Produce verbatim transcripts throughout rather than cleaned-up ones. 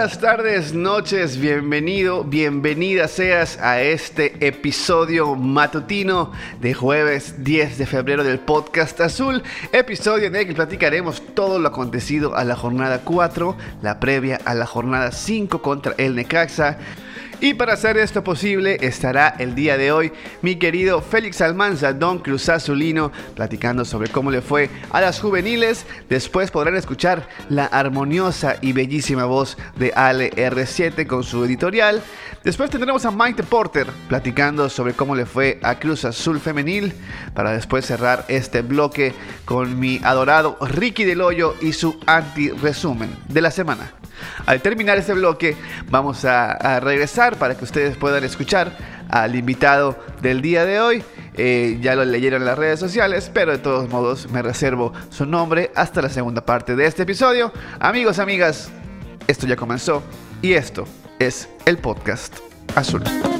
días, tardes, noches, bienvenido, bienvenida seas a este episodio matutino de jueves diez de febrero del Podcast Azul, episodio en el que platicaremos todo lo acontecido a la jornada cuatro, la previa a la jornada cinco contra el Necaxa. Y para hacer esto posible estará el día de hoy mi querido Félix Almanza, Don Cruz Azulino, platicando sobre cómo le fue a las juveniles. Después podrán escuchar la armoniosa y bellísima voz de Ale erre siete con su editorial. Después tendremos a Mike Porter platicando sobre cómo le fue a Cruz Azul Femenil, para después cerrar este bloque con mi adorado Ricky Del Hoyo y su anti-resumen de la semana. Al terminar este bloque vamos a, a regresar para que ustedes puedan escuchar al invitado del día de hoy. Eh, ya lo leyeron en las redes sociales, pero de todos modos me reservo su nombre hasta la segunda parte de este episodio. Amigos, amigas, esto ya comenzó y esto es el Podcast Azul.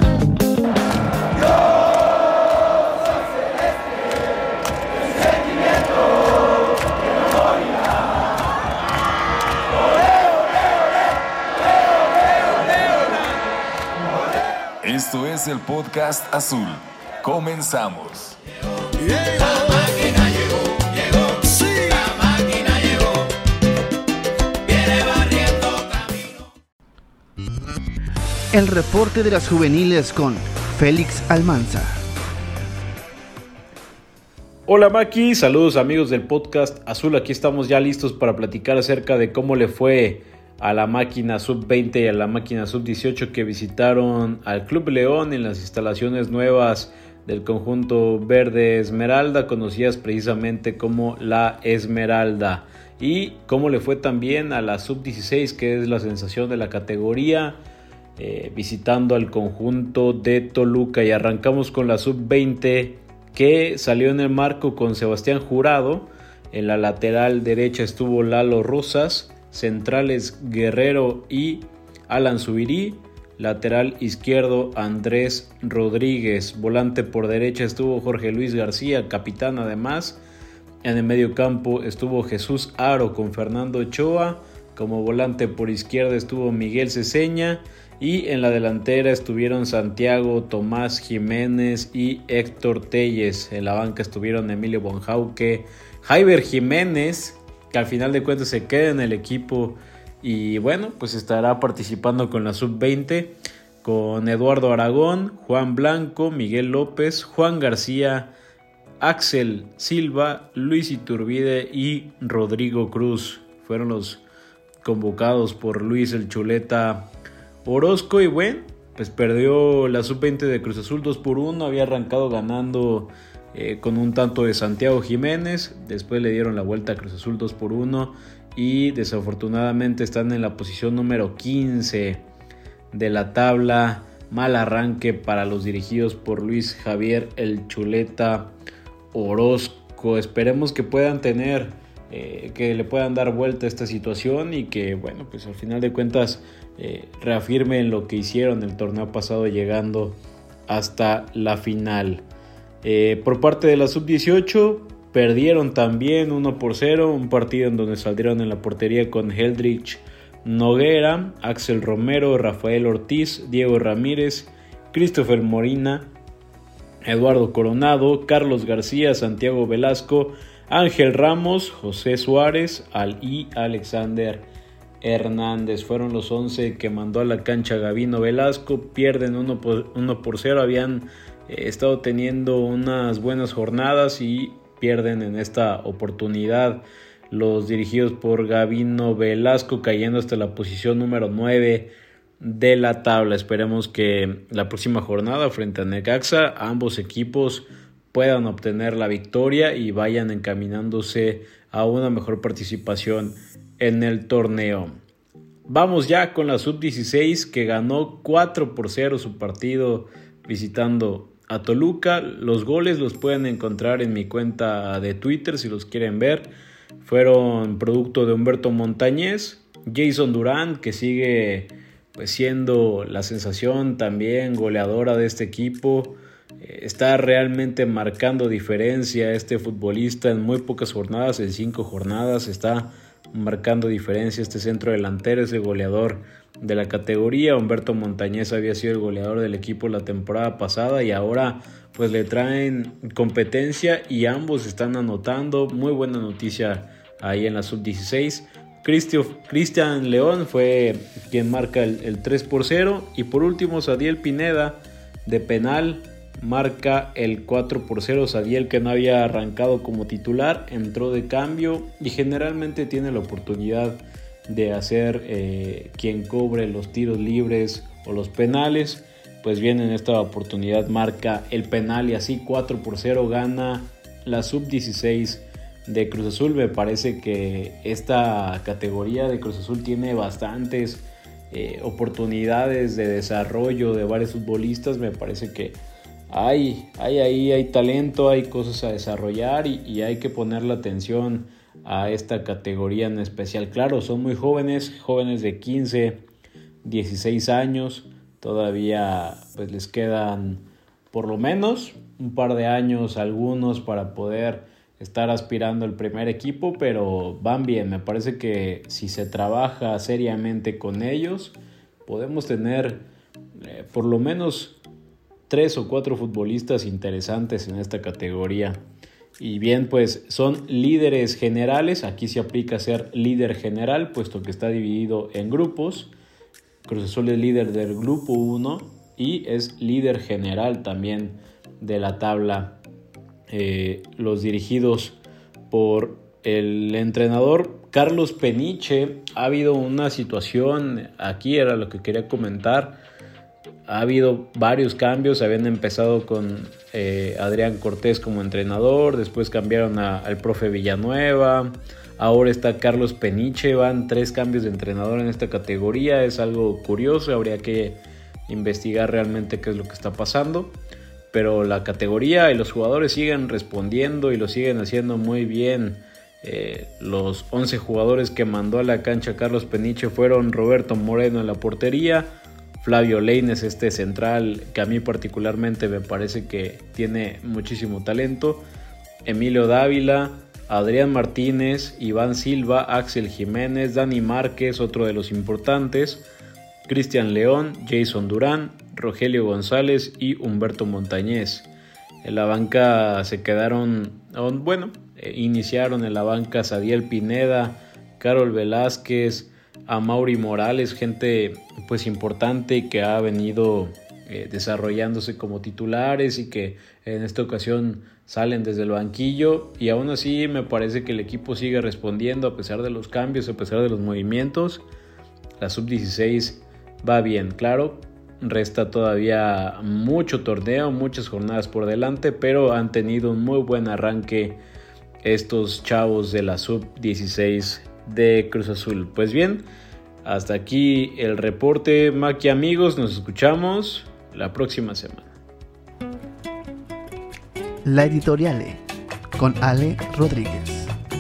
Esto es el Podcast Azul. Comenzamos. La máquina llegó, llegó, sí. La máquina llegó, viene barriendo camino. El reporte de las juveniles con Félix Almanza. Hola Maki, saludos amigos del Podcast Azul. Aquí estamos ya listos para platicar acerca de cómo le fue a la máquina sub veinte y a la máquina sub dieciocho que visitaron al Club León en las instalaciones nuevas del conjunto verde Esmeralda, conocidas precisamente como la Esmeralda, y cómo le fue también a la sub dieciséis, que es la sensación de la categoría, eh, visitando al conjunto de Toluca. Y arrancamos con la sub veinte, que salió en el marco con Sebastián Jurado. En la lateral derecha estuvo Lalo Rosas, centrales Guerrero y Alan Zubirí, lateral izquierdo Andrés Rodríguez, volante por derecha estuvo Jorge Luis García, capitán además. En el medio campo estuvo Jesús Aro con Fernando Ochoa, como volante por izquierda estuvo Miguel Ceseña, y en la delantera estuvieron Santiago Tomás Jiménez y Héctor Telles. En la banca estuvieron Emilio Bonjauque, Jaiber Jiménez, que al final de cuentas se queda en el equipo y bueno, pues estará participando con la sub veinte, con Eduardo Aragón, Juan Blanco, Miguel López, Juan García, Axel Silva, Luis Iturbide y Rodrigo Cruz. Fueron los convocados por Luis el Chuleta Orozco. Y bueno, pues perdió la sub veinte de Cruz Azul dos por uno, había arrancado ganando Eh, con un tanto de Santiago Jiménez. Después le dieron la vuelta a Cruz Azul dos por uno y desafortunadamente están en la posición número quince de la tabla. Mal arranque para los dirigidos por Luis Javier el Chuleta Orozco. Esperemos que puedan tener eh, que le puedan dar vuelta a esta situación y que bueno, pues al final de cuentas eh, reafirmen lo que hicieron el torneo pasado, llegando hasta la final. Eh, por parte de la sub dieciocho perdieron también uno por cero, un partido en donde saldieron en la portería con Heldrich Noguera, Axel Romero, Rafael Ortiz, Diego Ramírez, Christopher Molina, Eduardo Coronado, Carlos García, Santiago Velasco, Ángel Ramos, José Suárez y Alexander Hernández. Fueron los once que mandó a la cancha Gabino Velasco. Pierden uno por cero, habían He estado teniendo unas buenas jornadas y pierden en esta oportunidad los dirigidos por Gabino Velasco, cayendo hasta la posición número nueve de la tabla. Esperemos que la próxima jornada frente a Necaxa ambos equipos puedan obtener la victoria y vayan encaminándose a una mejor participación en el torneo. Vamos ya con la sub dieciséis, que ganó cuatro por cero su partido visitando a Toluca. Los goles los pueden encontrar en mi cuenta de Twitter si los quieren ver. Fueron producto de Humberto Montañez, Jason Durán, que sigue pues siendo la sensación también goleadora de este equipo. Eh, está realmente marcando diferencia este futbolista en muy pocas jornadas, en cinco jornadas está marcando diferencia. Este centro delantero es el goleador de la categoría. Humberto Montañez había sido el goleador del equipo la temporada pasada y ahora pues le traen competencia y ambos están anotando. Muy buena noticia ahí en la sub dieciséis. Cristian León fue quien marca el, el tres por cero, y por último Sadiel Pineda de penal marca el cuatro por cero. Sadiel, que no había arrancado como titular, entró de cambio y generalmente tiene la oportunidad de hacer eh, quien cobre los tiros libres o los penales. Pues bien, en esta oportunidad marca el penal y así cuatro por cero gana la sub dieciséis de Cruz Azul. Me parece que esta categoría de Cruz Azul tiene bastantes eh, oportunidades de desarrollo de varios futbolistas. Me parece que hay, hay ahí hay talento, hay cosas a desarrollar y, y hay que ponerle atención a esta categoría en especial. Claro, son muy jóvenes, jóvenes de quince, dieciséis años. Todavía pues les quedan por lo menos un par de años algunos para poder estar aspirando al primer equipo, pero van bien. Me parece que si se trabaja seriamente con ellos, podemos tener eh, por lo menos tres o cuatro futbolistas interesantes en esta categoría. Y bien, pues son líderes generales. Aquí se aplica ser líder general, puesto que está dividido en grupos. Cruz Azul es líder del grupo uno y es líder general también de la tabla. Eh, los dirigidos por el entrenador Carlos Peniche. Ha habido una situación, aquí era lo que quería comentar, ha habido varios cambios. Habían empezado con eh, Adrián Cortés como entrenador, después cambiaron a, al profe Villanueva, ahora está Carlos Peniche. Van tres cambios de entrenador en esta categoría. Es algo curioso, habría que investigar realmente qué es lo que está pasando. Pero la categoría y los jugadores siguen respondiendo y lo siguen haciendo muy bien. Eh, los once jugadores que mandó a la cancha Carlos Peniche fueron Roberto Moreno en la portería, Flavio Leines, este central que a mí particularmente me parece que tiene muchísimo talento, Emilio Dávila, Adrián Martínez, Iván Silva, Axel Jiménez, Dani Márquez, otro de los importantes, Cristian León, Jason Durán, Rogelio González y Humberto Montañez. En la banca se quedaron, bueno, eh, iniciaron en la banca Sadiel Pineda, Carol Velázquez, Amaury Morales, gente pues importante que ha venido eh, desarrollándose como titulares y que en esta ocasión salen desde el banquillo, y aún así me parece que el equipo sigue respondiendo a pesar de los cambios, a pesar de los movimientos. La sub dieciséis va bien, claro. Resta todavía mucho torneo, muchas jornadas por delante, pero han tenido un muy buen arranque estos chavos de la sub dieciséis de Cruz Azul. Pues bien, hasta aquí el reporte, Maki amigos. Nos escuchamos la próxima semana. La Editoriale con Ale Rodríguez.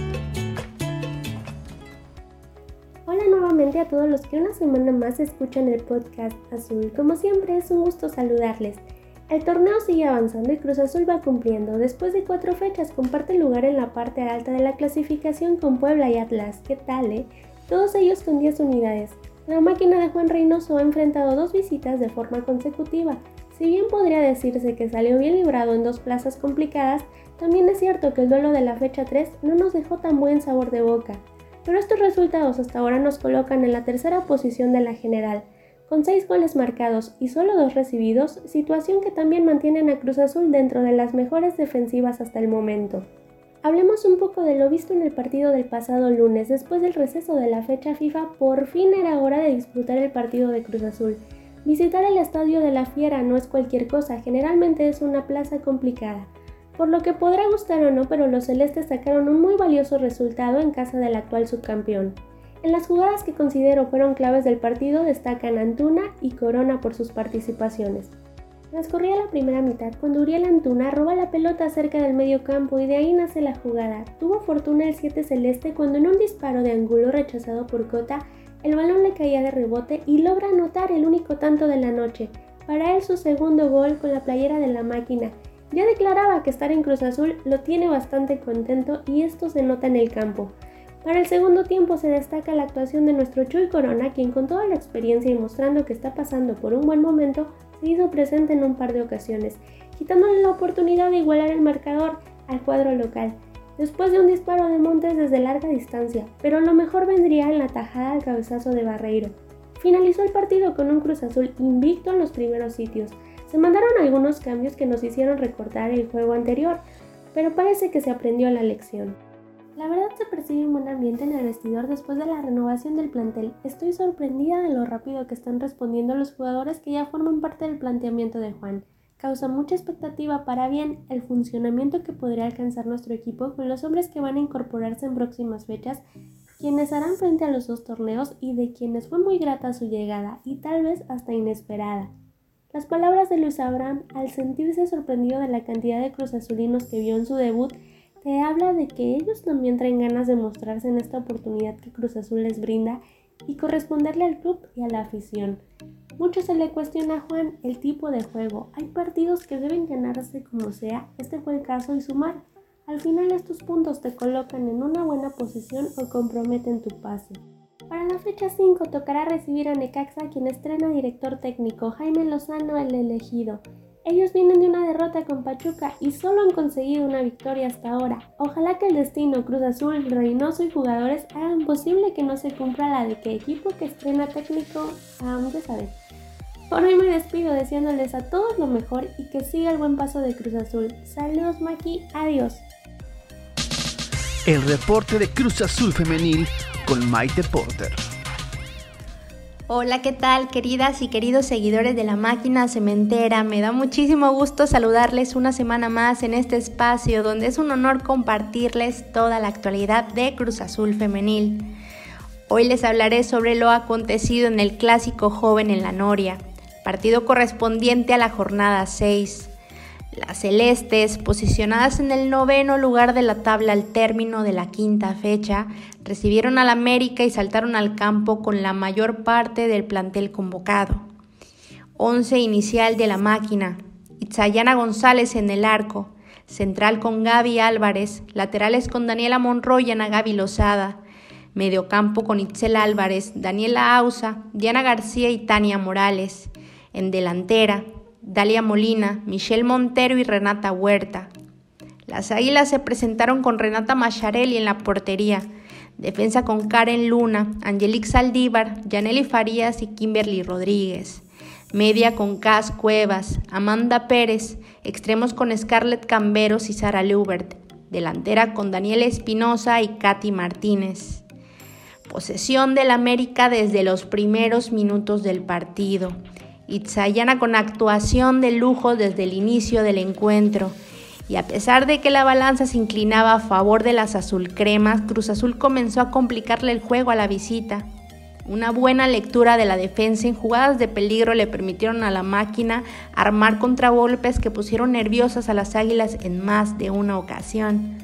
A todos los que una semana más escuchan el podcast Azul. Como siempre es un gusto saludarles. El torneo sigue avanzando y Cruz Azul va cumpliendo. Después de cuatro fechas comparte lugar en la parte alta de la clasificación con Puebla y Atlas. ¿Qué tal, eh? Todos ellos con diez unidades. La máquina de Juan Reynoso ha enfrentado dos visitas de forma consecutiva. Si bien podría decirse que salió bien librado en dos plazas complicadas, también es cierto que el duelo de la fecha tres no nos dejó tan buen sabor de boca. Pero estos resultados hasta ahora nos colocan en la tercera posición de la general, con seis goles marcados y solo dos recibidos, situación que también mantienen a Cruz Azul dentro de las mejores defensivas hasta el momento. Hablemos un poco de lo visto en el partido del pasado lunes. Después del receso de la fecha FIFA, por fin era hora de disputar el partido de Cruz Azul. Visitar el Estadio de la Fiera no es cualquier cosa, generalmente es una plaza complicada. Por lo que podrá gustar o no, pero los celestes sacaron un muy valioso resultado en casa del actual subcampeón. En las jugadas que considero fueron claves del partido destacan Antuna y Corona por sus participaciones. Transcurría la primera mitad cuando Uriel Antuna roba la pelota cerca del medio campo y de ahí nace la jugada. Tuvo fortuna el siete celeste cuando en un disparo de ángulo rechazado por Cota, el balón le caía de rebote y logra anotar el único tanto de la noche. Para él su segundo gol con la playera de la máquina. Ya declaraba que estar en Cruz Azul lo tiene bastante contento y esto se nota en el campo. Para el segundo tiempo se destaca la actuación de nuestro Chuy Corona, quien con toda la experiencia y mostrando que está pasando por un buen momento, se hizo presente en un par de ocasiones, quitándole la oportunidad de igualar el marcador al cuadro local, después de un disparo de Montes desde larga distancia, pero lo mejor vendría en la tajada al cabezazo de Barreiro. Finalizó el partido con un Cruz Azul invicto en los primeros sitios. Se mandaron algunos cambios que nos hicieron recordar el juego anterior, pero parece que se aprendió la lección. La verdad se percibe un buen ambiente en el vestidor después de la renovación del plantel. Estoy sorprendida de lo rápido que están respondiendo los jugadores que ya forman parte del planteamiento de Juan. Causa mucha expectativa para bien el funcionamiento que podría alcanzar nuestro equipo con los hombres que van a incorporarse en próximas fechas, quienes harán frente a los dos torneos y de quienes fue muy grata su llegada y tal vez hasta inesperada. Las palabras de Luis Abraham, al sentirse sorprendido de la cantidad de cruzazulinos que vio en su debut, te habla de que ellos también traen ganas de mostrarse en esta oportunidad que Cruz Azul les brinda y corresponderle al club y a la afición. Mucho se le cuestiona a Juan el tipo de juego. Hay partidos que deben ganarse como sea, este fue el caso y sumar. Al final estos puntos te colocan en una buena posición o comprometen tu pase. Para la fecha cinco tocará recibir a Necaxa, quien estrena director técnico Jaime Lozano, el elegido. Ellos vienen de una derrota con Pachuca y solo han conseguido una victoria hasta ahora. Ojalá que el destino, Cruz Azul, Reynoso y jugadores hagan posible que no se cumpla la de que equipo que estrena técnico, um, ya saben. Por hoy me despido deseándoles a todos lo mejor y que siga el buen paso de Cruz Azul. Saludos Maki, adiós. El reporte de Cruz Azul Femenil con Maite Porter. Hola, ¿qué tal, queridas y queridos seguidores de La Máquina Cementera? Me da muchísimo gusto saludarles una semana más en este espacio donde es un honor compartirles toda la actualidad de Cruz Azul Femenil. Hoy les hablaré sobre lo acontecido en el Clásico Joven en La Noria, partido correspondiente a la jornada seis. Las celestes, posicionadas en el noveno lugar de la tabla al término de la quinta fecha, recibieron al América y saltaron al campo con la mayor parte del plantel convocado. Once inicial de La Máquina: Itzayana González en el arco, central con Gaby Álvarez, laterales con Daniela Monroy y Ana Gaby Lozada, mediocampo con Itzel Álvarez, Daniela Ausa, Diana García y Tania Morales, en delantera Dalia Molina, Michelle Montero y Renata Huerta. Las Águilas se presentaron con Renata Macharelli en la portería, defensa con Karen Luna, Angelique Saldívar, Yaneli Farías y Kimberly Rodríguez, media con Cas Cuevas, Amanda Pérez, extremos con Scarlett Camberos y Sara Lubert, delantera con Daniela Espinosa y Katy Martínez. Posesión del América desde los primeros minutos del partido. Itzayana con actuación de lujo desde el inicio del encuentro, y a pesar de que la balanza se inclinaba a favor de las azulcremas, Cruz Azul comenzó a complicarle el juego a la visita. Una buena lectura de la defensa en jugadas de peligro le permitieron a La Máquina armar contragolpes que pusieron nerviosas a las Águilas en más de una ocasión.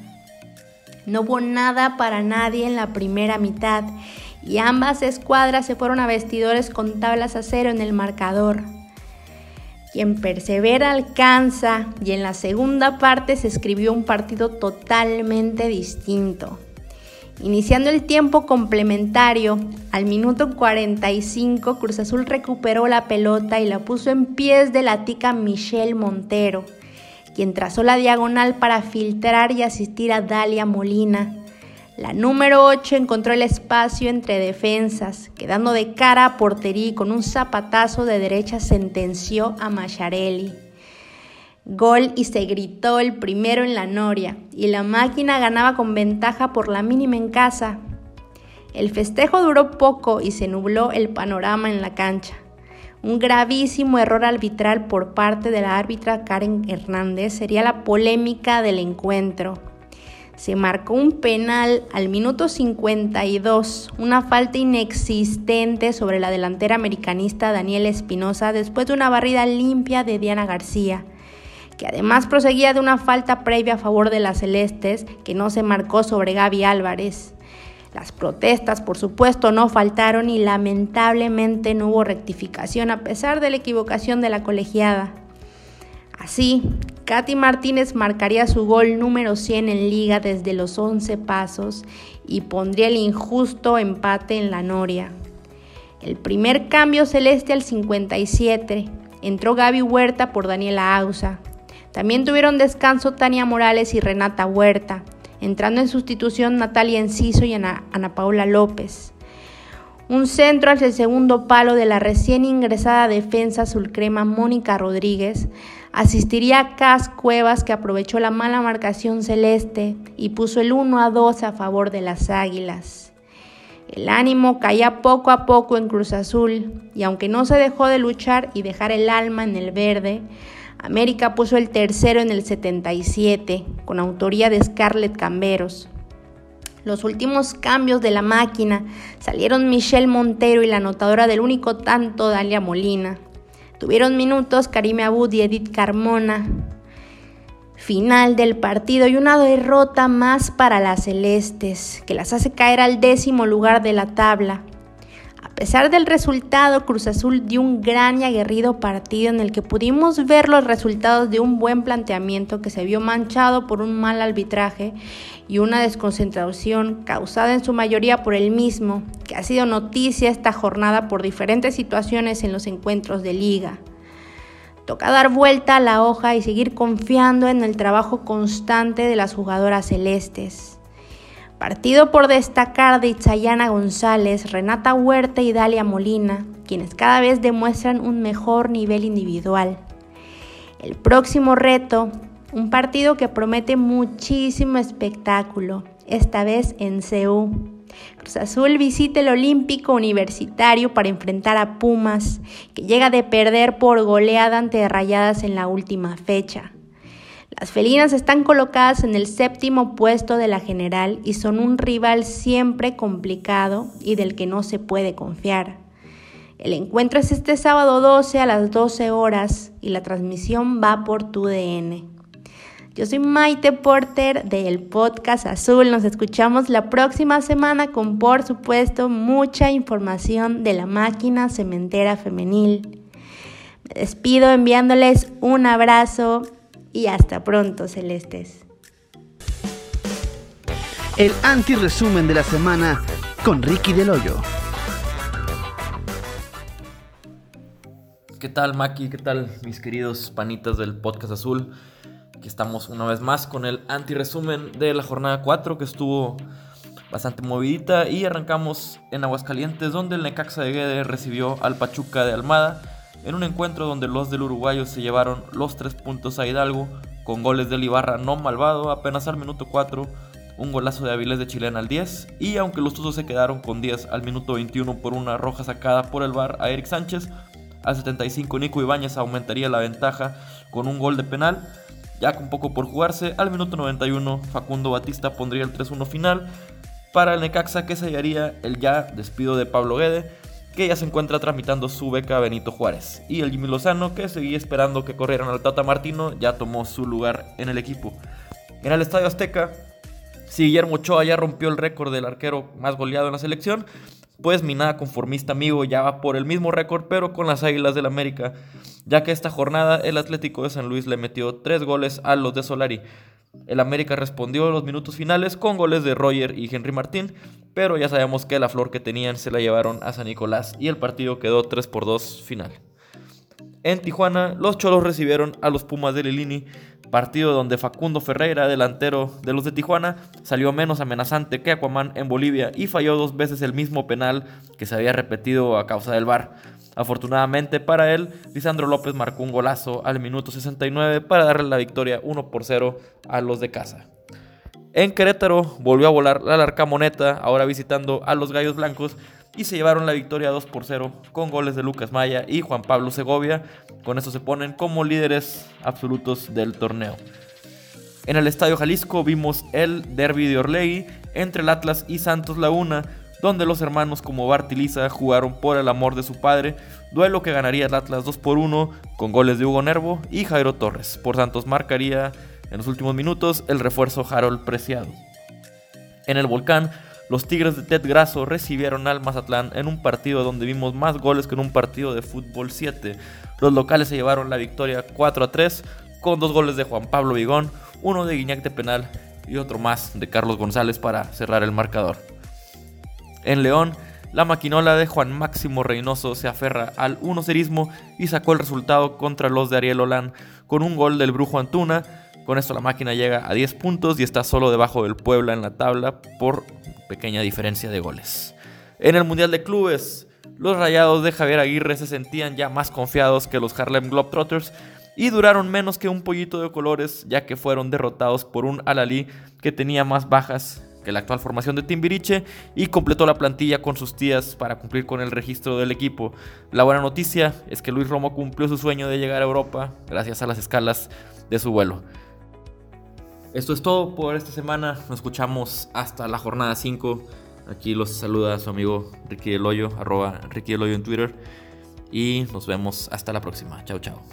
No hubo nada para nadie en la primera mitad, y ambas escuadras se fueron a vestidores con tablas a cero en el marcador. Quien persevera alcanza, y en la segunda parte se escribió un partido totalmente distinto. Iniciando el tiempo complementario, al minuto cuarenta y cinco, Cruz Azul recuperó la pelota y la puso en pies de la tica Michelle Montero, quien trazó la diagonal para filtrar y asistir a Dalia Molina. La número ocho encontró el espacio entre defensas, quedando de cara a portería y con un zapatazo de derecha sentenció a Macharelli. Gol y se gritó el primero en La Noria, y La Máquina ganaba con ventaja por la mínima en casa. El festejo duró poco y se nubló el panorama en la cancha. Un gravísimo error arbitral por parte de la árbitra Karen Hernández sería la polémica del encuentro. Se marcó un penal al minuto cincuenta y dos, una falta inexistente sobre la delantera americanista Daniela Espinosa después de una barrida limpia de Diana García, que además proseguía de una falta previa a favor de las celestes que no se marcó sobre Gaby Álvarez. Las protestas, por supuesto, no faltaron y lamentablemente no hubo rectificación a pesar de la equivocación de la colegiada. Así, Katy Martínez marcaría su gol número cien en liga desde los once pasos y pondría el injusto empate en la noria. El primer cambio celeste al cincuenta y siete, entró Gaby Huerta por Daniela Ausa. También tuvieron descanso Tania Morales y Renata Huerta, entrando en sustitución Natalia Enciso y Ana, Ana Paula López. Un centro hacia el segundo palo de la recién ingresada defensa azulcrema Mónica Rodríguez asistiría a Cas Cuevas, que aprovechó la mala marcación celeste y puso el uno a dos a favor de las Águilas. El ánimo caía poco a poco en Cruz Azul y aunque no se dejó de luchar y dejar el alma en el verde, América puso el tercero en el setenta y siete, con autoría de Scarlett Camberos. Los últimos cambios de la máquina salieron Michelle Montero y la anotadora del único tanto, Dalia Molina. Tuvieron minutos Karime Abud y Edith Carmona. Final del partido y una derrota más para las celestes, que las hace caer al décimo lugar de la tabla. A pesar del resultado, Cruz Azul dio un gran y aguerrido partido en el que pudimos ver los resultados de un buen planteamiento que se vio manchado por un mal arbitraje y una desconcentración causada en su mayoría por el mismo, que ha sido noticia esta jornada por diferentes situaciones en los encuentros de liga. Toca dar vuelta a la hoja y seguir confiando en el trabajo constante de las jugadoras celestes. Partido por destacar de Itzayana González, Renata Huerta y Dalia Molina, quienes cada vez demuestran un mejor nivel individual. El próximo reto, un partido que promete muchísimo espectáculo, esta vez en C U. Cruz Azul visita el Olímpico Universitario para enfrentar a Pumas, que llega de perder por goleada ante Rayadas en la última fecha. Las felinas están colocadas en el séptimo puesto de la general y son un rival siempre complicado y del que no se puede confiar. El encuentro es este sábado doce a las doce horas y la transmisión va por tu D N. Yo soy Maite Porter del Podcast Azul. Nos escuchamos la próxima semana con, por supuesto, mucha información de la máquina cementera femenil. Me despido enviándoles un abrazo y hasta pronto, celestes. El anti-resumen de la semana con Ricky Del Hoyo. ¿Qué tal, Maki? ¿Qué tal, mis queridos panitas del Podcast Azul? Aquí estamos una vez más con el anti-resumen de la jornada cuatro, que estuvo bastante movidita, y arrancamos en Aguascalientes, donde el Necaxa de Guede recibió al Pachuca de Almada en un encuentro donde los del uruguayo se llevaron los tres puntos a Hidalgo con goles del Ibarra no malvado apenas al minuto cuatro, un golazo de Avilés de Chilena al diez, y aunque los Tuzos se quedaron con diez al minuto veintiuno por una roja sacada por el V A R a Eric Sánchez, al setenta y cinco Nico Ibáñez aumentaría la ventaja con un gol de penal. Ya con poco por jugarse, al minuto noventa y uno Facundo Batista pondría el tres uno final para el Necaxa, que sellaría el ya despido de Pablo Guede, que ya se encuentra tramitando su beca a Benito Juárez, y el Jimmy Lozano, que seguía esperando que corrieran al Tata Martino, ya tomó su lugar en el equipo. En el Estadio Azteca, si Guillermo Ochoa ya rompió el récord del arquero más goleado en la selección, pues mi nada conformista amigo ya va por el mismo récord, pero con las Águilas del América, ya que esta jornada el Atlético de San Luis le metió tres goles a los de Solari. El América respondió en los minutos finales con goles de Roger y Henry Martín, pero ya sabemos que la flor que tenían se la llevaron a San Nicolás y el partido quedó tres por dos final. En Tijuana, los Cholos recibieron a los Pumas de Lilini, partido donde Facundo Ferreira, delantero de los de Tijuana, salió menos amenazante que Aquaman en Bolivia y falló dos veces el mismo penal que se había repetido a causa del V A R. Afortunadamente para él, Lisandro López marcó un golazo al minuto sesenta y nueve para darle la victoria uno por cero a los de casa. En Querétaro volvió a volar la Larcamoneta, ahora visitando a los Gallos Blancos, y se llevaron la victoria dos por cero con goles de Lucas Maya y Juan Pablo Segovia. Con eso se ponen como líderes absolutos del torneo. En el Estadio Jalisco vimos el derbi de Orlegui entre el Atlas y Santos Laguna, donde los hermanos como Bartiliza jugaron por el amor de su padre, duelo que ganaría el Atlas dos por uno con goles de Hugo Nervo y Jairo Torres. Por Santos marcaría en los últimos minutos el refuerzo Harold Preciado. En el Volcán, los Tigres de Ted Grasso recibieron al Mazatlán en un partido donde vimos más goles que en un partido de fútbol siete. Los locales se llevaron la victoria cuatro a tres, con dos goles de Juan Pablo Vigón, uno de Guiñac de penal y otro más de Carlos González para cerrar el marcador. En León, la maquinola de Juan Máximo Reynoso se aferra al unocerismo y sacó el resultado contra los de Ariel Holán con un gol del Brujo Antuna. Con esto la máquina llega a diez puntos y está solo debajo del Puebla en la tabla por pequeña diferencia de goles. En el Mundial de Clubes, los Rayados de Javier Aguirre se sentían ya más confiados que los Harlem Globetrotters y duraron menos que un pollito de colores, ya que fueron derrotados por un Al-Ahly que tenía más bajas que la actual formación de Timbiriche y completó la plantilla con sus tías para cumplir con el registro del equipo. La buena noticia es que Luis Romo cumplió su sueño de llegar a Europa gracias a las escalas de su vuelo. Esto es todo por esta semana, nos escuchamos hasta la jornada cinco. Aquí los saluda su amigo Ricky Del Hoyo, arroba Ricky Del Hoyo en Twitter, y nos vemos hasta la próxima. Chao, chao.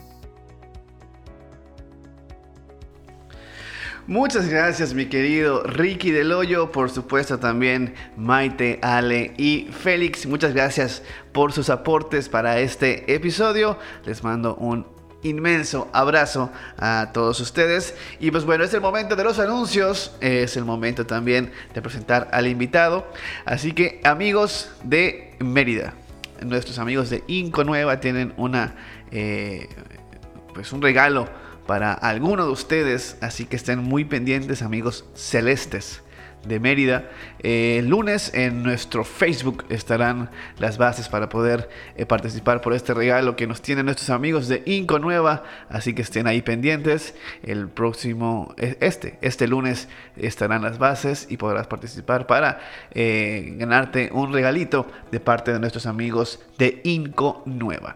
Muchas gracias, mi querido Ricky Del Hoyo, por supuesto también Maite, Ale y Félix. Muchas gracias por sus aportes para este episodio. Les mando un inmenso abrazo a todos ustedes. Y pues bueno, es el momento de los anuncios, es el momento también de presentar al invitado. Así que, amigos de Mérida, nuestros amigos de Inco Nueva tienen una eh, pues un regalo para alguno de ustedes, así que estén muy pendientes, amigos celestes de Mérida. Eh, el lunes en nuestro Facebook estarán las bases para poder eh, participar por este regalo que nos tienen nuestros amigos de Inco Nueva, así que estén ahí pendientes. El próximo, este, este lunes estarán las bases y podrás participar para eh, ganarte un regalito de parte de nuestros amigos de Inco Nueva.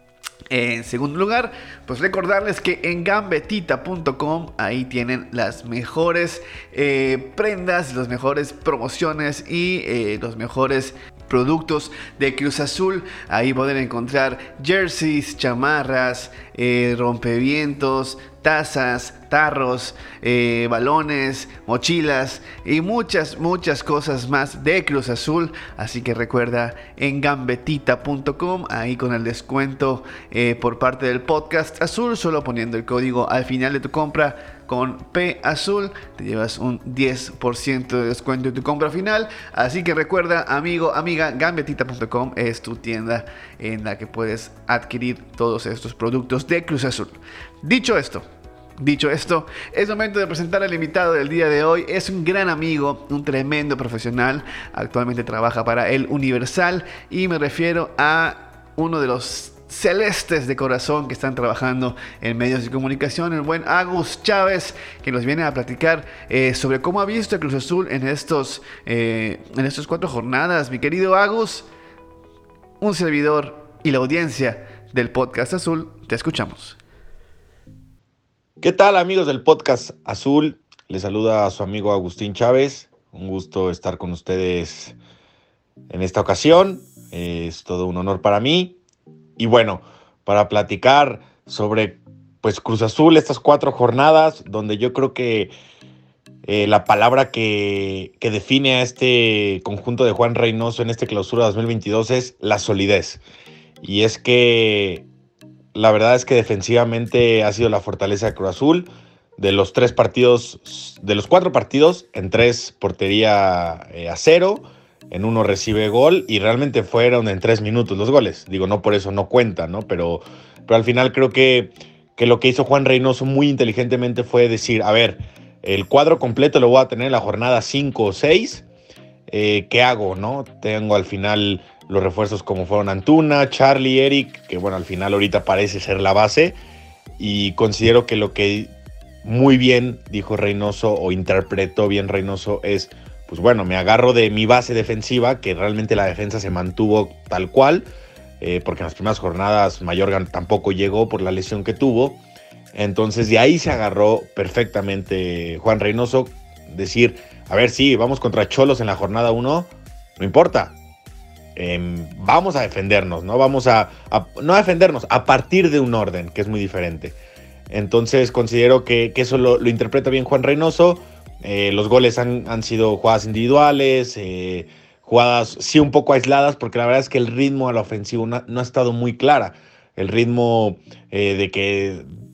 En segundo lugar, pues recordarles que en gambetita punto com ahí tienen las mejores eh, prendas, las mejores promociones y eh, los mejores productos de Cruz Azul. Ahí pueden encontrar jerseys, chamarras, eh, rompevientos, tazas, tarros, eh, balones, mochilas y muchas, muchas cosas más de Cruz Azul. Así que recuerda, en gambetita punto com, ahí con el descuento eh, por parte del podcast Azul, solo poniendo el código al final de tu compra con P Azul, te llevas un diez por ciento de descuento en tu compra final. Así que recuerda, amigo, amiga, gambetita punto com es tu tienda en la que puedes adquirir todos estos productos de Cruz Azul. Dicho esto, Dicho esto, es momento de presentar al invitado del día de hoy. Es un gran amigo, un tremendo profesional. Actualmente trabaja para El Universal y me refiero a uno de los celestes de corazón que están trabajando en medios de comunicación, el buen Agus Chávez, que nos viene a platicar eh, sobre cómo ha visto el Cruz Azul en estos eh, en estas cuatro jornadas. Mi querido Agus, un servidor y la audiencia del Podcast Azul, te escuchamos. ¿Qué tal, amigos del Podcast Azul? Les saluda a su amigo Agustín Chávez. Un gusto estar con ustedes en esta ocasión. Es todo un honor para mí. Y bueno, para platicar sobre pues Cruz Azul, estas cuatro jornadas, donde yo creo que eh, la palabra que, que define a este conjunto de Juan Reynoso en este clausura dos mil veintidós es la solidez. Y es que la verdad es que defensivamente ha sido la fortaleza de Cruz Azul. De los tres partidos, de los cuatro partidos, en tres portería eh, a cero, en uno recibe gol y realmente fueron en tres minutos los goles. Digo, no por eso no cuenta, ¿no? Pero, pero al final creo que, que lo que hizo Juan Reynoso muy inteligentemente fue decir, a ver, el cuadro completo lo voy a tener en la jornada cinco o seis. Eh, ¿Qué hago, no? Tengo al final los refuerzos como fueron Antuna, Charlie, Eric, que bueno, al final ahorita parece ser la base. Y considero que lo que muy bien dijo Reynoso o interpretó bien Reynoso es, pues bueno, me agarro de mi base defensiva, que realmente la defensa se mantuvo tal cual, eh, porque en las primeras jornadas Mayorga tampoco llegó por la lesión que tuvo. Entonces de ahí se agarró perfectamente Juan Reynoso, decir, a ver, sí, vamos contra Cholos en la jornada uno, no importa, eh, vamos a defendernos, ¿no? Vamos a, a, no a defendernos, a partir de un orden, que es muy diferente. Entonces considero que, que eso lo, lo interpreta bien Juan Reynoso. Eh, los goles han, han sido jugadas individuales, eh, jugadas sí un poco aisladas, porque la verdad es que el ritmo a la ofensiva no, no ha estado muy clara. El ritmo eh, de que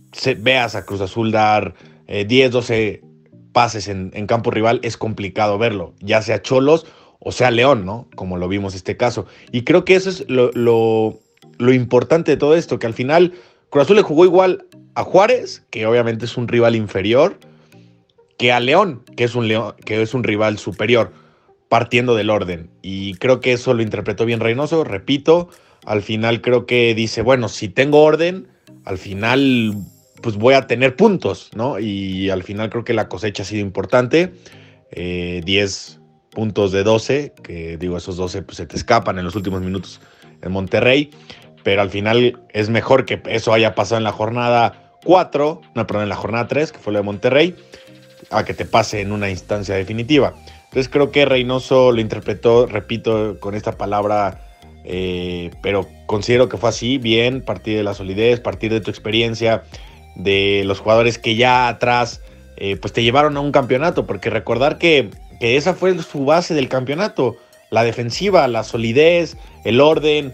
se, veas a Cruz Azul dar eh, diez, doce pases en, en campo rival, es complicado verlo, ya sea Xolos o sea León, ¿no? Como lo vimos este caso. Y creo que eso es lo, lo, lo importante de todo esto, que al final Cruz Azul le jugó igual a Juárez, que obviamente es un rival inferior, que a León, que es un, León, que es un rival superior, partiendo del orden. Y creo que eso lo interpretó bien Reynoso, repito, al final creo que dice, bueno, si tengo orden, al final pues voy a tener puntos, ¿no? Y al final creo que la cosecha ha sido importante, eh, diez puntos de doce, que digo, esos doce pues se te escapan en los últimos minutos en Monterrey, pero al final es mejor que eso haya pasado en la jornada cuatro, no, perdón, en la jornada tres, que fue lo de Monterrey, a que te pase en una instancia definitiva. Entonces creo que Reynoso lo interpretó, repito, con esta palabra, eh, pero considero que fue así, bien, partir de la solidez, partir de tu experiencia, de los jugadores que ya atrás eh, pues te llevaron a un campeonato, porque recordar que, que esa fue su base del campeonato, la defensiva, la solidez, el orden,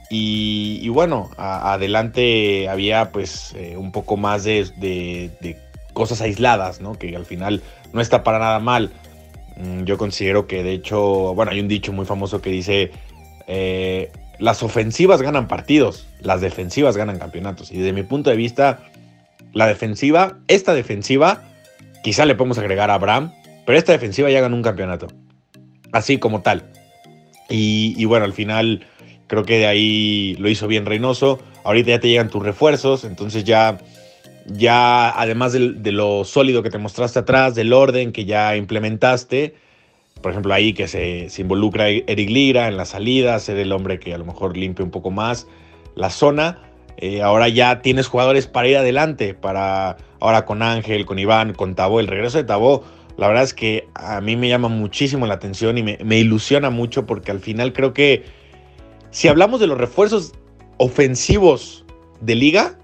y, y bueno, a, adelante había pues eh, un poco más de, de, de cosas aisladas, ¿no? Que al final no está para nada mal. Yo considero que de hecho, bueno, hay un dicho muy famoso que dice, eh, las ofensivas ganan partidos, las defensivas ganan campeonatos. Y desde mi punto de vista, la defensiva, esta defensiva, quizá le podemos agregar a Abraham, pero esta defensiva ya ganó un campeonato, así como tal. Y, y bueno, al final creo que de ahí lo hizo bien Reynoso. Ahorita ya te llegan tus refuerzos, entonces ya... Ya, además de, de lo sólido que te mostraste atrás, del orden que ya implementaste, por ejemplo, ahí que se, se involucra Eric Lira en la salida, ser el hombre que a lo mejor limpie un poco más la zona. Eh, ahora ya tienes jugadores para ir adelante, para ahora con Ángel, con Iván, con Tabó. El regreso de Tabó, la verdad es que a mí me llama muchísimo la atención y me, me ilusiona mucho, porque al final creo que si hablamos de los refuerzos ofensivos de liga,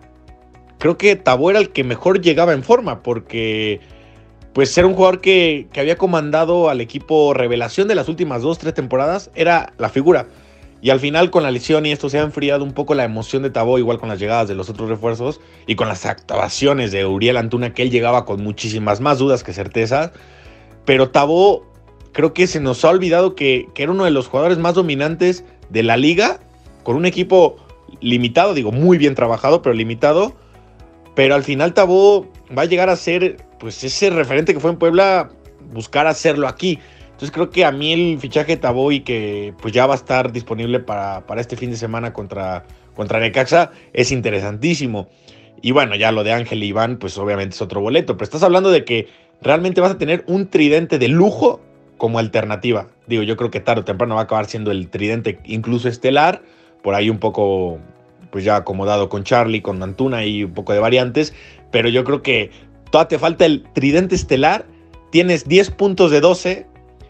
creo que Tabó era el que mejor llegaba en forma, porque pues era un jugador que, que había comandado al equipo revelación de las últimas dos, tres temporadas, era la figura. Y al final con la lesión y esto se ha enfriado un poco la emoción de Tabó, igual con las llegadas de los otros refuerzos y con las actuaciones de Uriel Antuna, que él llegaba con muchísimas más dudas que certezas. Pero Tabó creo que se nos ha olvidado que, que era uno de los jugadores más dominantes de la liga, con un equipo limitado, digo muy bien trabajado, pero limitado. Pero al final Tabó va a llegar a ser pues ese referente que fue en Puebla, buscar hacerlo aquí. Entonces creo que a mí el fichaje de Tabó y que pues ya va a estar disponible para, para este fin de semana contra, contra Necaxa es interesantísimo. Y bueno, ya lo de Ángel y Iván pues obviamente es otro boleto. Pero estás hablando de que realmente vas a tener un tridente de lujo como alternativa. Digo, yo creo que tarde o temprano va a acabar siendo el tridente incluso estelar. Por ahí un poco... pues ya acomodado con Charlie, con Antuna y un poco de variantes, pero yo creo que todavía te falta el tridente estelar, tienes diez puntos de doce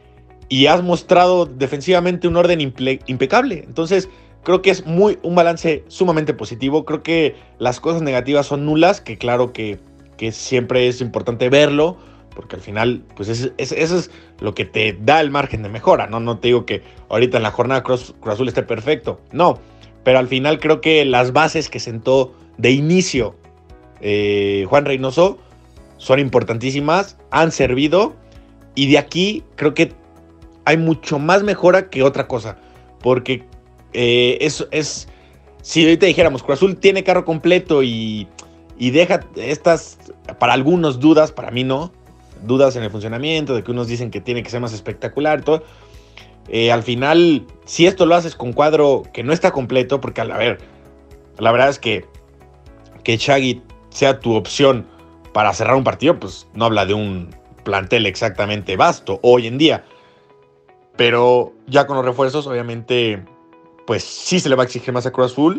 y has mostrado defensivamente un orden imple- impecable, entonces creo que es muy, un balance sumamente positivo. Creo que las cosas negativas son nulas, que claro que, que siempre es importante verlo, porque al final pues es, es, eso es lo que te da el margen de mejora, ¿no? No te digo que ahorita en la jornada Cruz, Cruz Azul esté perfecto, no. Pero al final creo que las bases que sentó de inicio eh, Juan Reynoso son importantísimas, han servido, y de aquí creo que hay mucho más mejora que otra cosa. Porque eh, es, es, si ahorita dijéramos, Cruz Azul tiene carro completo y, y deja estas, para algunos dudas, para mí no, dudas en el funcionamiento, de que unos dicen que tiene que ser más espectacular y todo. Eh, al final, si esto lo haces con cuadro que no está completo, porque a ver, la verdad es que que Shaggy sea tu opción para cerrar un partido, pues no habla de un plantel exactamente vasto hoy en día, pero ya con los refuerzos obviamente pues sí se le va a exigir más a Cruz Azul,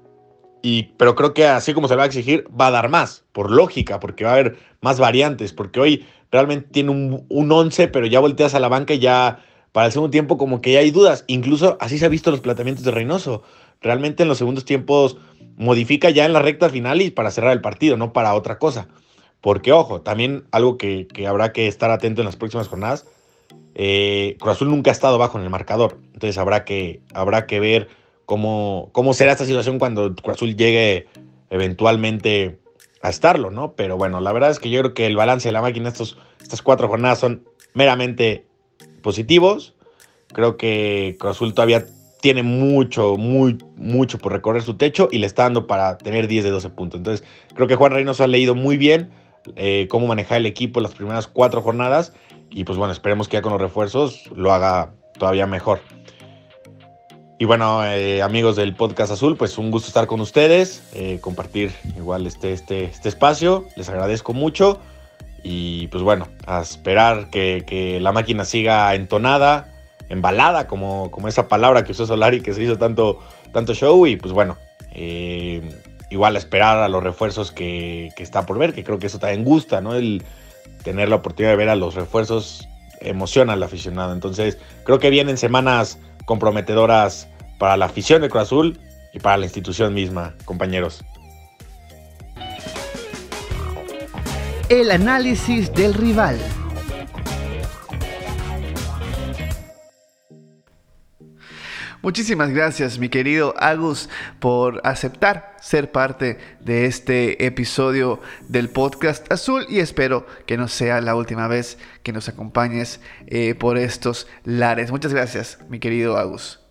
y, pero creo que así como se le va a exigir va a dar más, por lógica, porque va a haber más variantes, porque hoy realmente tiene un, un once, pero ya volteas a la banca y ya para el segundo tiempo como que ya hay dudas. Incluso así se ha visto los planteamientos de Reynoso. Realmente en los segundos tiempos modifica ya en la recta final y para cerrar el partido, no para otra cosa. Porque, ojo, también algo que, que habrá que estar atento en las próximas jornadas. Eh, Cruz Azul nunca ha estado bajo en el marcador. Entonces habrá que, habrá que ver cómo, cómo será esta situación cuando Cruz Azul llegue eventualmente a estarlo, ¿no? Pero bueno, la verdad es que yo creo que el balance de la máquina estos, estas cuatro jornadas son meramente positivos. Creo que Cruz Azul todavía tiene mucho, muy, mucho por recorrer su techo y le está dando para tener diez de doce puntos. Entonces, creo que Juan Reynoso ha leído muy bien eh, cómo manejar el equipo en las primeras cuatro jornadas. Y pues bueno, esperemos que ya con los refuerzos lo haga todavía mejor. Y bueno, eh, amigos del Podcast Azul, pues un gusto estar con ustedes, eh, compartir igual este, este, este espacio. Les agradezco mucho. Y pues bueno, a esperar que, que la máquina siga entonada, embalada, como, como esa palabra que usó Solari, que se hizo tanto, tanto show. Y pues bueno, eh, igual a esperar a los refuerzos que, que está por ver, que creo que eso también gusta, ¿no? El tener la oportunidad de ver a los refuerzos emociona al aficionado. Entonces creo que vienen semanas comprometedoras para la afición de Cruz Azul y para la institución misma, compañeros. El análisis del rival. Muchísimas gracias, mi querido Agus, por aceptar ser parte de este episodio del Podcast Azul, y espero que no sea la última vez que nos acompañes eh, por estos lares. Muchas gracias, mi querido Agus.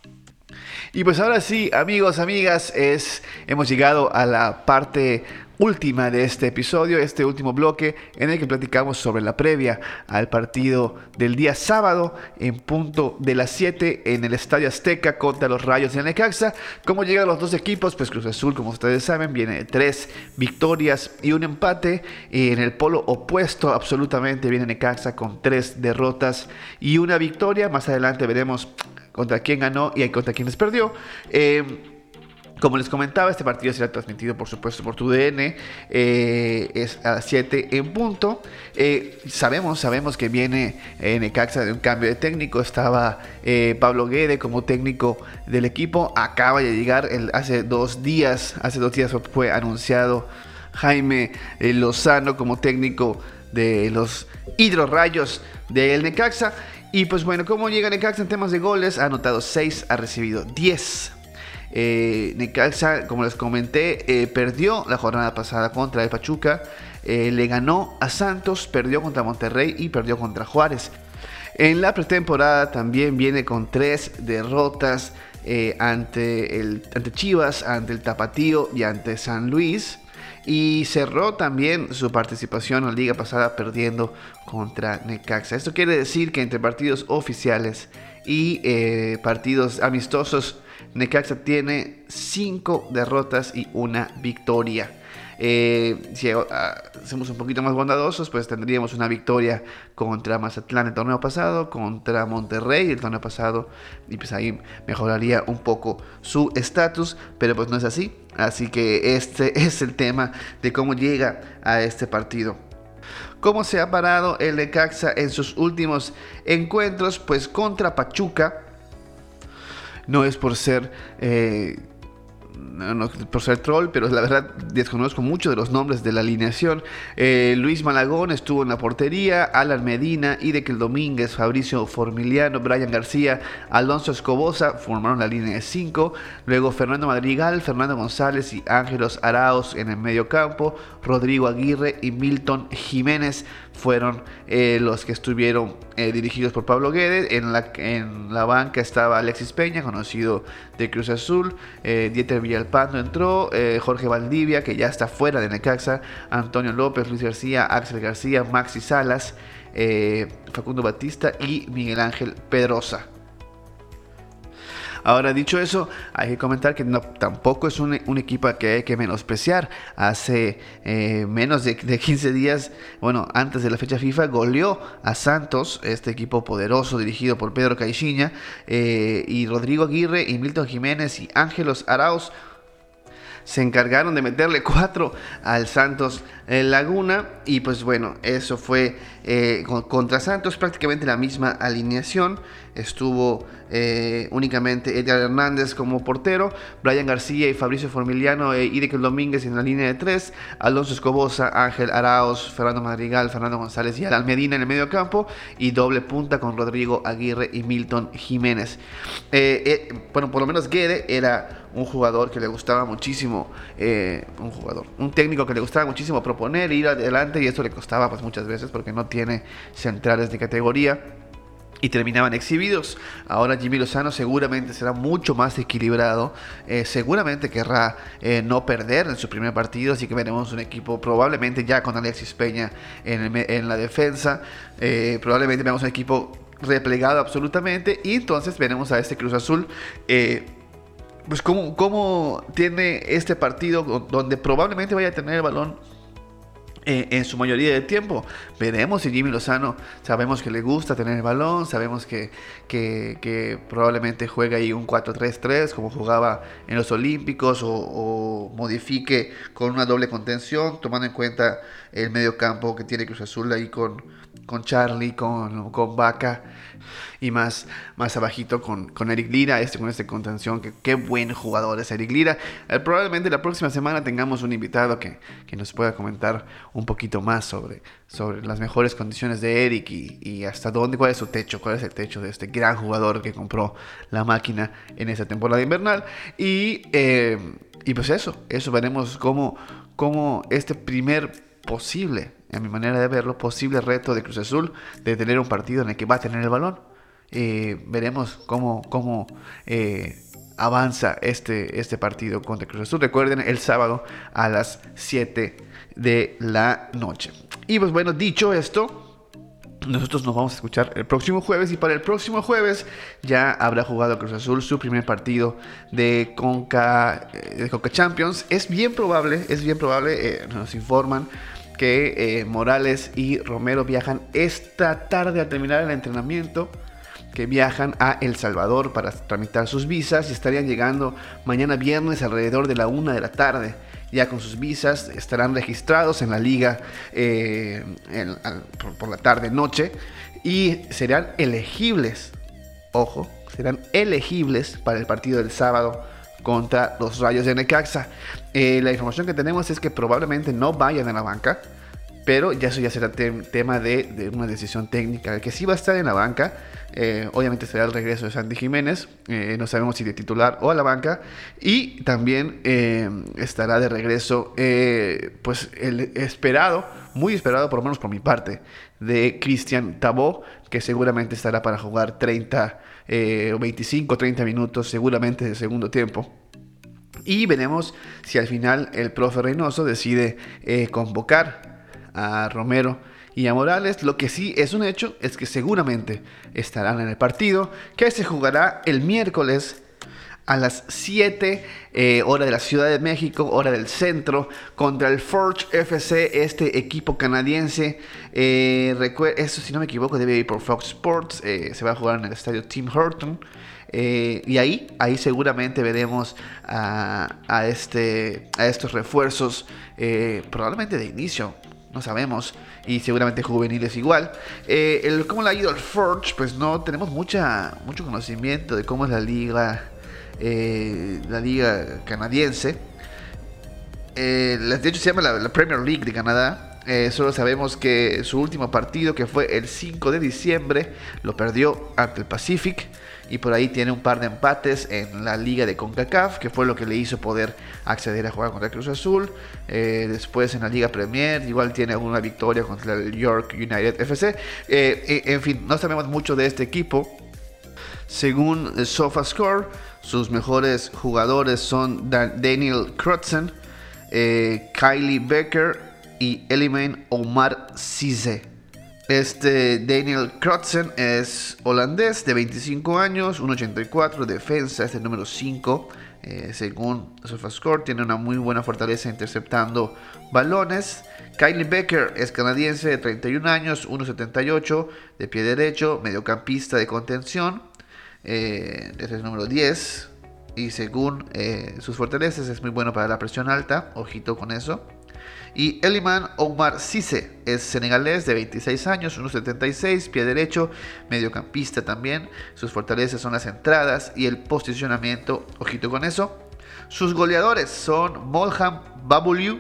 Y pues ahora sí, amigos, amigas, es, hemos llegado a la parte última de este episodio, este último bloque en el que platicamos sobre la previa al partido del día sábado en punto de las siete en el Estadio Azteca contra los Rayos de Necaxa. ¿Cómo llegan los dos equipos? Pues Cruz Azul, como ustedes saben, viene de tres victorias y un empate. Y en el polo opuesto absolutamente viene Necaxa con tres derrotas y una victoria. Más adelante veremos contra quién ganó y contra quiénes perdió. Eh, Como les comentaba, este partido será transmitido, por supuesto, por tu D N. Eh, es a las siete en punto. Eh, sabemos, sabemos que viene eh, Necaxa de un cambio de técnico. Estaba eh, Pablo Guede como técnico del equipo. Acaba de llegar el, hace dos días. Hace dos días fue anunciado Jaime eh, Lozano como técnico de los Hidrorrayos del Necaxa. Y pues bueno, ¿cómo llega Necaxa en temas de goles? Ha anotado seis, ha recibido diez. Eh, Necaxa, como les comenté, eh, perdió la jornada pasada contra el Pachuca, eh, le ganó a Santos, perdió contra Monterrey y perdió contra Juárez. En la pretemporada también viene con tres derrotas eh, ante, el, ante Chivas, ante el Tapatío y ante San Luis. Y cerró también su participación en la liga pasada perdiendo contra Necaxa. Esto quiere decir que entre partidos oficiales y eh, partidos amistosos, Necaxa tiene cinco derrotas y una victoria. Eh, si uh, hacemos un poquito más bondadosos, pues tendríamos una victoria contra Mazatlán el torneo pasado, contra Monterrey el torneo pasado, y pues ahí mejoraría un poco su estatus, pero pues no es así. Así que este es el tema de cómo llega a este partido. ¿Cómo se ha parado el Necaxa en sus últimos encuentros? Pues contra Pachuca. No es por ser eh, no, no, por ser troll, pero la verdad desconozco mucho de los nombres de la alineación. eh, Luis Malagón estuvo en la portería, Alan Medina, Idekel Domínguez, Fabricio Formiliano, Brian García, Alonso Escobosa formaron la línea de cinco. Luego Fernando Madrigal, Fernando González y Ángelos Arauz en el medio campo. Rodrigo Aguirre y Milton Jiménez fueron eh, los que estuvieron eh, dirigidos por Pablo Guede. En la, en la banca estaba Alexis Peña, conocido de Cruz Azul. eh, Dieter Villalpando entró, eh, Jorge Valdivia, que ya está fuera de Necaxa, Antonio López, Luis García, Axel García, Maxi Salas, eh, Facundo Batista y Miguel Ángel Pedrosa. Ahora, dicho eso, hay que comentar que no, tampoco es un, un equipo que hay que menospreciar. Hace eh, menos de, de quince días, bueno, antes de la fecha FIFA, goleó a Santos, este equipo poderoso dirigido por Pedro Caixinha, eh, y Rodrigo Aguirre y Milton Jiménez y Ángelos Arauz se encargaron de meterle cuatro al Santos en Laguna. Y pues bueno, eso fue eh, contra Santos, prácticamente la misma alineación. Estuvo eh, únicamente Edgar Hernández como portero, Brian García y Fabricio Formiliano e Idekel Domínguez en la línea de tres, Alonso Escobosa, Ángel Arauz, Fernando Madrigal, Fernando González y Alan Medina en el medio campo, y doble punta con Rodrigo Aguirre y Milton Jiménez. Eh, eh, bueno, por lo menos Guede era un jugador que le gustaba muchísimo, eh, un jugador, un técnico que le gustaba muchísimo proponer, ir adelante, y esto le costaba pues muchas veces porque no tiene centrales de categoría y terminaban exhibidos. Ahora Jimmy Lozano seguramente será mucho más equilibrado, eh, seguramente querrá eh, no perder en su primer partido, así que veremos un equipo probablemente ya con Alexis Peña en, el, en la defensa, eh, probablemente veamos un equipo replegado absolutamente, y entonces veremos a este Cruz Azul eh, pues cómo, cómo tiene este partido donde probablemente vaya a tener el balón Eh, en su mayoría de tiempo. Veremos si Jimmy Lozano, sabemos que le gusta tener el balón, sabemos que, que, que probablemente juega ahí un cuatro tres tres como jugaba en los Olímpicos, o, o modifique con una doble contención, tomando en cuenta el medio campo que tiene Cruz Azul ahí con, con Charlie, con, con Vaca, y más, más abajito con, con Eric Lira, este con esta contención, que qué buen jugador es Eric Lira. Eh, probablemente la próxima semana tengamos un invitado que, que nos pueda comentar un poquito más sobre, sobre las mejores condiciones de Eric y, y hasta dónde, cuál es su techo, cuál es el techo de este gran jugador que compró la máquina en esta temporada invernal. Y, eh, y pues eso, eso veremos cómo, cómo este primer posible, a mi manera de verlo, posible reto de Cruz Azul de tener un partido en el que va a tener el balón. Eh, veremos cómo, cómo eh, avanza este, este partido contra Cruz Azul. Recuerden, el sábado a las siete de la noche. Y pues bueno, dicho esto, nosotros nos vamos a escuchar el próximo jueves, y para el próximo jueves ya habrá jugado Cruz Azul su primer partido de Conca, de Conca Champions. Es bien probable, es bien probable, eh, nos informan que eh, Morales y Romero viajan esta tarde a terminar el entrenamiento, que viajan a El Salvador para tramitar sus visas, y estarían llegando mañana viernes alrededor de la una de la tarde. Ya con sus visas estarán registrados en la liga eh, en, por, por la tarde-noche, y serán elegibles, ojo, serán elegibles para el partido del sábado contra los Rayos de Necaxa. Eh, la información que tenemos es que probablemente no vayan a la banca, pero ya eso ya será te- tema de, de una decisión técnica. El que sí va a estar en la banca, eh, obviamente será el regreso de Santi Jiménez, eh, no sabemos si de titular o a la banca, y también eh, estará de regreso, eh, pues el esperado, muy esperado por lo menos por mi parte, de Cristian Tabó, que seguramente estará para jugar treinta, eh, veinticinco, treinta minutos seguramente de segundo tiempo. Y veremos si al final el profe Reynoso decide eh, convocar a Romero y a Morales. Lo que sí es un hecho es que seguramente estarán en el partido, que se jugará el miércoles a las siete, eh, hora de la Ciudad de México, hora del centro, contra el Forge F C, este equipo canadiense. Eh, recuer- eso, si no me equivoco, debe ir por Fox Sports. Eh, se va a jugar en el estadio Tim Horton. Eh, y ahí, ahí seguramente veremos a, a, este, a estos refuerzos, eh, probablemente de inicio, no sabemos, y seguramente juveniles igual. Eh, el, ¿Cómo le ha ido al Forge? Pues no tenemos mucha, mucho conocimiento de cómo es la liga, eh, la liga canadiense. Eh, de hecho se llama la, la Premier League de Canadá. Eh, solo sabemos que su último partido, que fue el cinco de diciembre, lo perdió ante el Pacific, y por ahí tiene un par de empates en la liga de CONCACAF, que fue lo que le hizo poder acceder a jugar contra Cruz Azul. Eh, después en la Liga Premier igual tiene alguna victoria contra el York United F C. Eh, en fin, no sabemos mucho de este equipo. Según SofaScore, sus mejores jugadores son Dan- Daniel Crutzen, eh, Kylie Becker y Eliman Omar Cisse. Este Daniel Crutzen es holandés de veinticinco años, uno ochenta y cuatro, defensa, es el número cinco. Eh, según SofaScore, tiene una muy buena fortaleza interceptando balones. Kylie Becker es canadiense de treinta y un años, uno setenta y ocho, de pie derecho, mediocampista de contención. Eh, es el número diez. Y según eh, sus fortalezas, es muy bueno para la presión alta. Ojito con eso. Y Eliman Omar Cisse es senegalés de veintiséis años, uno setenta y seis, pie derecho, mediocampista también. Sus fortalezas son las entradas y el posicionamiento. Ojito con eso. Sus goleadores son Molham Babouliou,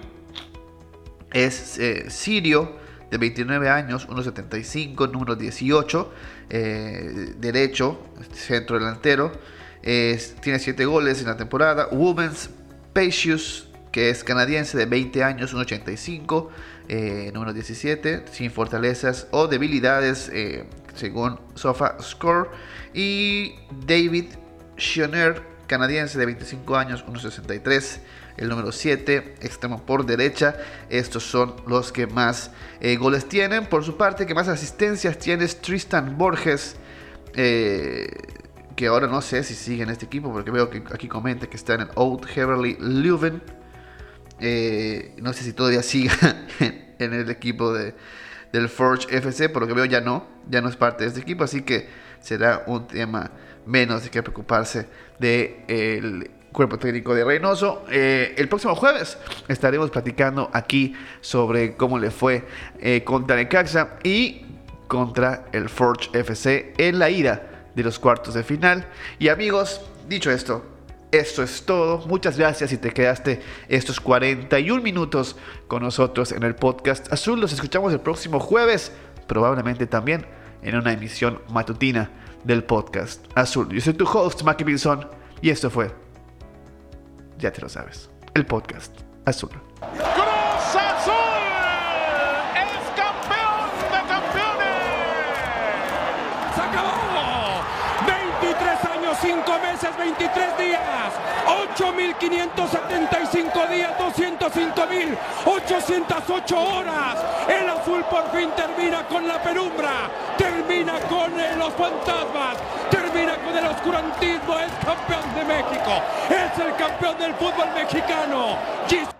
es eh, sirio, de veintinueve años, uno setenta y cinco, número dieciocho, eh, derecho, centro delantero. Es, tiene siete goles en la temporada. Women's Pacius, que es canadiense de veinte años, uno ochenta y cinco, eh, número diecisiete, sin fortalezas o debilidades, eh, según SofaScore. Y David Schioner, canadiense de veinticinco años, uno sesenta y tres, el número siete, extremo por derecha. Estos son los que más eh, goles tienen. Por su parte, que más asistencias tiene es Tristan Borges, eh, que ahora no sé si sigue en este equipo, porque veo que aquí comenta que está en el Oud Heverlee Leuven. Eh, no sé si todavía siga en el equipo de, del Forge F C, por lo que veo ya no, ya no es parte de este equipo, así que será un tema menos de que preocuparse del cuerpo técnico de Reynoso. Eh, el próximo jueves estaremos platicando aquí sobre cómo le fue eh, contra Necaxa y contra el Forge F C en la ida de los cuartos de final. Y amigos, dicho esto, esto es todo. Muchas gracias si te quedaste estos cuarenta y un minutos con nosotros en el podcast Azul. Los escuchamos el próximo jueves, probablemente también en una emisión matutina del podcast Azul. Yo soy tu host, Maki Pinzón, y esto fue, ya te lo sabes, el podcast Azul. ¡Cruz Azul es campeón de campeones! ¡Se acabó! veintitrés años, cinco meses, veintitrés días, ocho mil quinientos setenta y cinco días, doscientos cinco mil ochocientas ocho horas. El azul por fin termina con la penumbra, termina con eh, los fantasmas, termina con el oscurantismo. Es campeón de México, es el campeón del fútbol mexicano. Jesus